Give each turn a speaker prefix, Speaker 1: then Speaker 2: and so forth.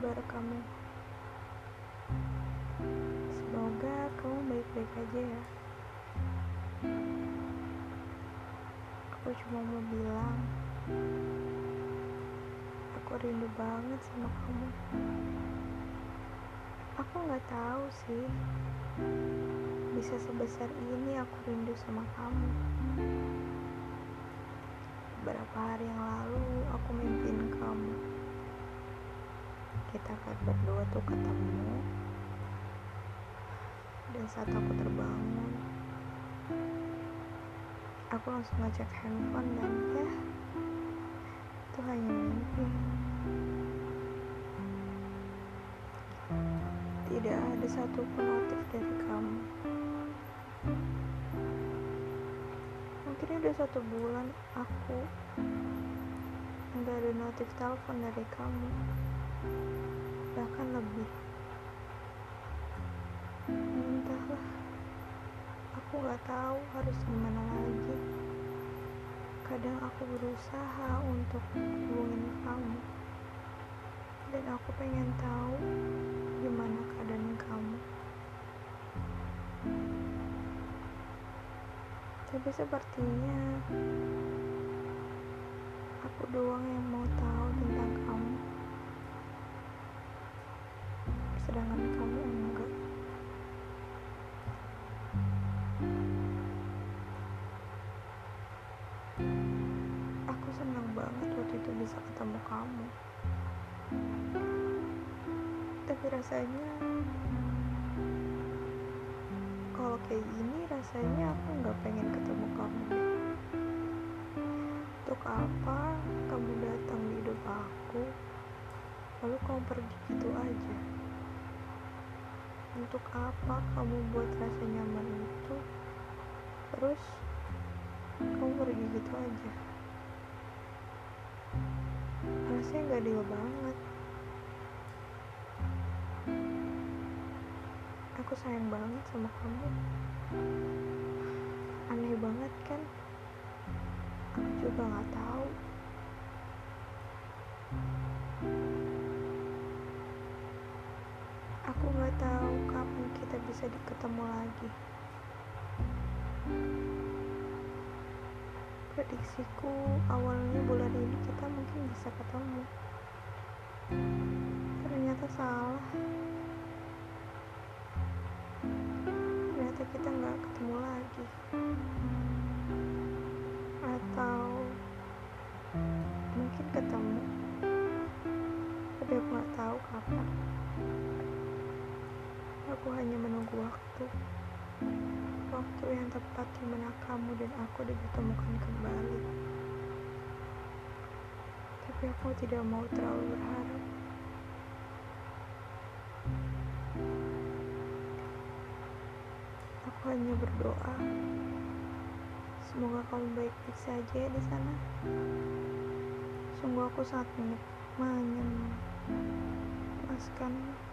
Speaker 1: kabar kamu? Semoga kamu baik-baik aja ya. Aku cuma mau bilang, aku rindu banget sama kamu. Aku gak tahu sih, bisa sebesar ini aku rindu sama kamu. Beberapa hari yang lalu aku mimpiin kamu. Kita akan berdua tuh ketemu. Dan saat aku terbangun, aku langsung ngecek handphone dan ya, itu hanya mimpi. Tidak ada satupun notif dari kamu. Mungkin udah 1 bulan aku nggak ada notif telepon dari kamu, bahkan lebih. Entahlah, aku nggak tahu harus gimana lagi. Kadang aku berusaha untuk hubungin kamu, dan aku pengen tahu gimana keadaan kamu. Tapi sepertinya aku doang yang mau tahu tentang kamu, sedangkan kamu enggak. Aku senang banget waktu itu bisa ketemu kamu. Tapi rasanya kalau kayak gini rasanya aku nggak pengen ketemu kamu. Untuk apa kamu datang di hidup aku, lalu kamu pergi gitu aja? Untuk apa kamu buat rasa nyaman itu, terus kamu pergi gitu aja? Rasanya nggak adil banget. Aku sayang banget sama kamu. Aneh banget kan? Aku juga nggak tahu. Aku nggak tahu kapan kita bisa ketemu lagi. Prediksiku awalnya bulan ini kita mungkin bisa ketemu. Ternyata salah. Ternyata kita nggak ketemu lagi. Atau mungkin ketemu, tapi aku nggak tahu kapan. Aku hanya menunggu waktu yang tepat di mana kamu dan aku dipertemukan kembali. Tapi aku tidak mau terlalu berharap. Aku hanya berdoa, semoga kamu baik-baik saja ya di sana. Sungguh aku sangat menyemaskan